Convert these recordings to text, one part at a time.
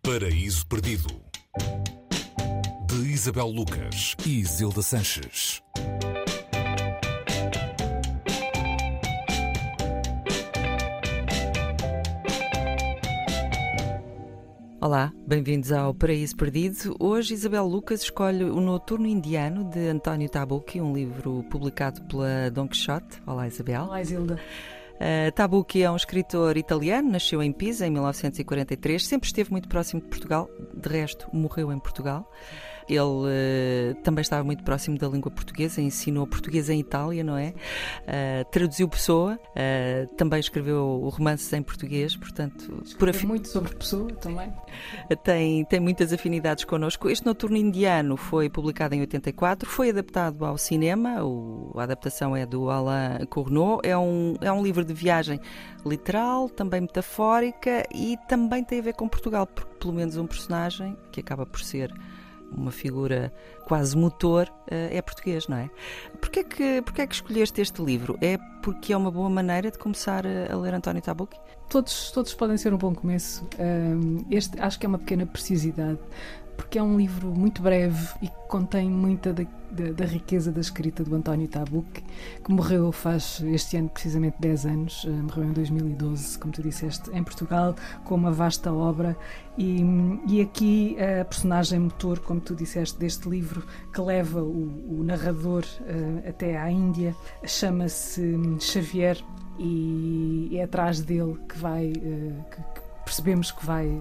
Paraíso Perdido, de Isabel Lucas e Zilda Sanches. Olá, bem-vindos ao Paraíso Perdido. Hoje Isabel Lucas escolhe O Noturno Indiano, de António Tabucchi, um livro publicado pela Don Quixote. Olá, Isabel. Olá, Zilda. Tabucchi é um escritor italiano, nasceu em Pisa em 1943, sempre esteve muito próximo de Portugal, de resto morreu em Portugal. Ele também estava muito próximo da língua portuguesa, ensinou português em Itália, não é? Traduziu Pessoa, também escreveu romances em português, portanto... Muito sobre Pessoa também. Tem muitas afinidades connosco. Este Noturno Indiano foi publicado em 84, foi adaptado ao cinema, a adaptação é do Alain Cournot, é um livro de viagem literal, também metafórica e também tem a ver com Portugal, porque pelo menos um personagem que acaba por ser uma figura quase motor, é português, não é? Porquê que escolheste este livro? É porque é uma boa maneira de começar a ler António Tabucchi? Todos podem ser um bom começo. Este acho que é uma pequena preciosidade, porque é um livro muito breve e que contém muita da riqueza da escrita do António Tabucchi, que morreu faz este ano precisamente 10 anos, morreu em 2012, como tu disseste, em Portugal, com uma vasta obra. E aqui a personagem motor, como tu disseste, deste livro, que leva o narrador até à Índia, chama-se Xavier, e é atrás dele que que percebemos que vai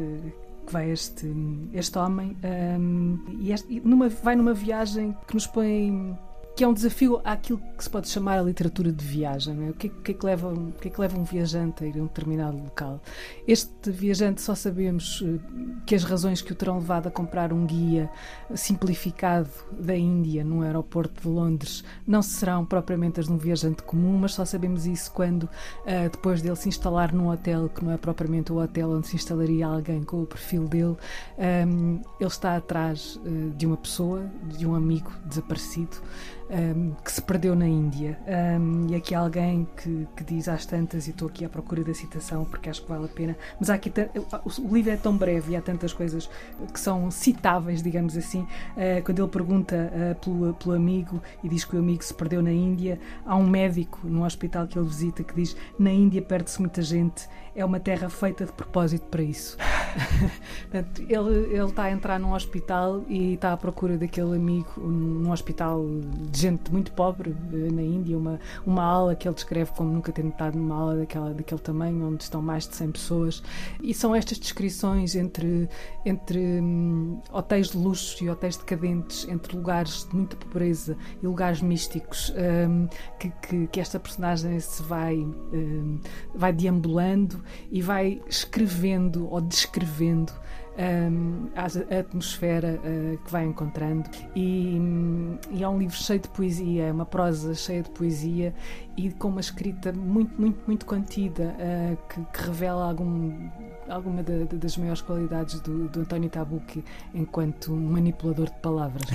este homem, vai numa viagem que nos põe, que é um desafio àquilo que se pode chamar a literatura de viagem, não é? O que é que leva um viajante a ir a um determinado local? Este viajante, só sabemos que as razões que o terão levado a comprar um guia simplificado da Índia num aeroporto de Londres não serão propriamente as de um viajante comum, mas só sabemos isso quando, depois dele se instalar num hotel que não é propriamente o hotel onde se instalaria alguém com o perfil dele, ele está atrás de uma pessoa, de um amigo desaparecido, que se perdeu na Índia. E aqui há alguém que diz às tantas, e estou aqui à procura da citação porque acho que vale a pena, mas o livro é tão breve e há tantas coisas que são citáveis, digamos assim. Quando ele pergunta pelo amigo e diz que o amigo se perdeu na Índia, há um médico num hospital que ele visita que diz: na Índia perde-se muita gente, é uma terra feita de propósito para isso. Portanto, ele está a entrar num hospital e está à procura daquele amigo num hospital de gente muito pobre na Índia, uma ala que ele descreve como nunca ter estado numa ala daquele tamanho, onde estão mais de 100 pessoas, e são estas descrições entre hotéis de luxo e hotéis decadentes, entre lugares de muita pobreza e lugares místicos, que esta personagem se vai deambulando e vai escrevendo ou descrevendo a atmosfera que vai encontrando, e é um livro cheio de poesia, é uma prosa cheia de poesia e com uma escrita muito, muito, muito contida, que revela alguma das maiores qualidades do António Tabucchi enquanto um manipulador de palavras.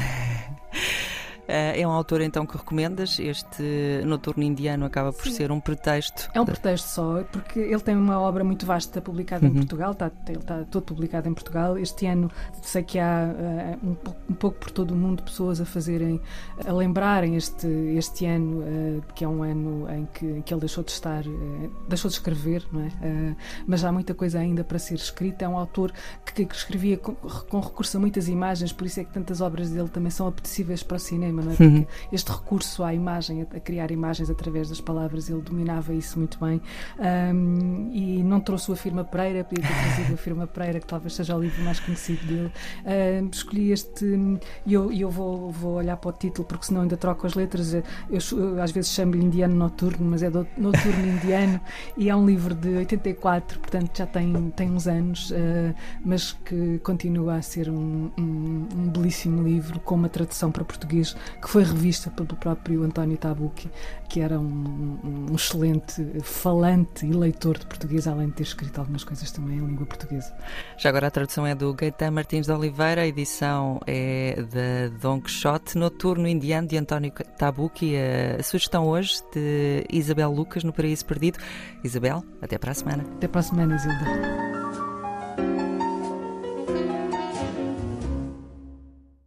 É um autor então que recomendas? Este Noturno Indiano acaba por ser um pretexto? É um pretexto só, porque ele tem uma obra muito vasta publicada em Portugal, ele está todo publicado em Portugal. Este ano sei que há um pouco por todo o mundo pessoas a lembrarem este ano, que é um ano em que ele deixou de escrever, não é? Mas há muita coisa ainda para ser escrita. É um autor que escrevia com recurso a muitas imagens, por isso é que tantas obras dele também são apetecíveis para o cinema, não é? Porque este recurso à imagem, a criar imagens através das palavras, ele dominava isso muito bem, e não trouxe o Afirma Pereira, podia ter trazido o Afirma Pereira, que talvez seja o livro mais conhecido dele. Escolhi este, e eu vou olhar para o título, porque senão ainda troco as letras. Eu às vezes chamo-lhe Indiano Noturno, mas é Noturno Indiano, e é um livro de 84, portanto já tem uns anos, mas que continua a ser um belíssimo livro, com uma tradução para português que foi revista pelo próprio António Tabucchi, que era um excelente falante e leitor de português, além de ter escrito algumas coisas também em língua portuguesa. Já agora a tradução é do Gaetan Martins de Oliveira, a edição é da Don Quixote, Noturno Indiano, de António Tabucchi. A sugestão hoje de Isabel Lucas no Paraíso Perdido. Isabel, até para a semana. Até para a semana, Zilda.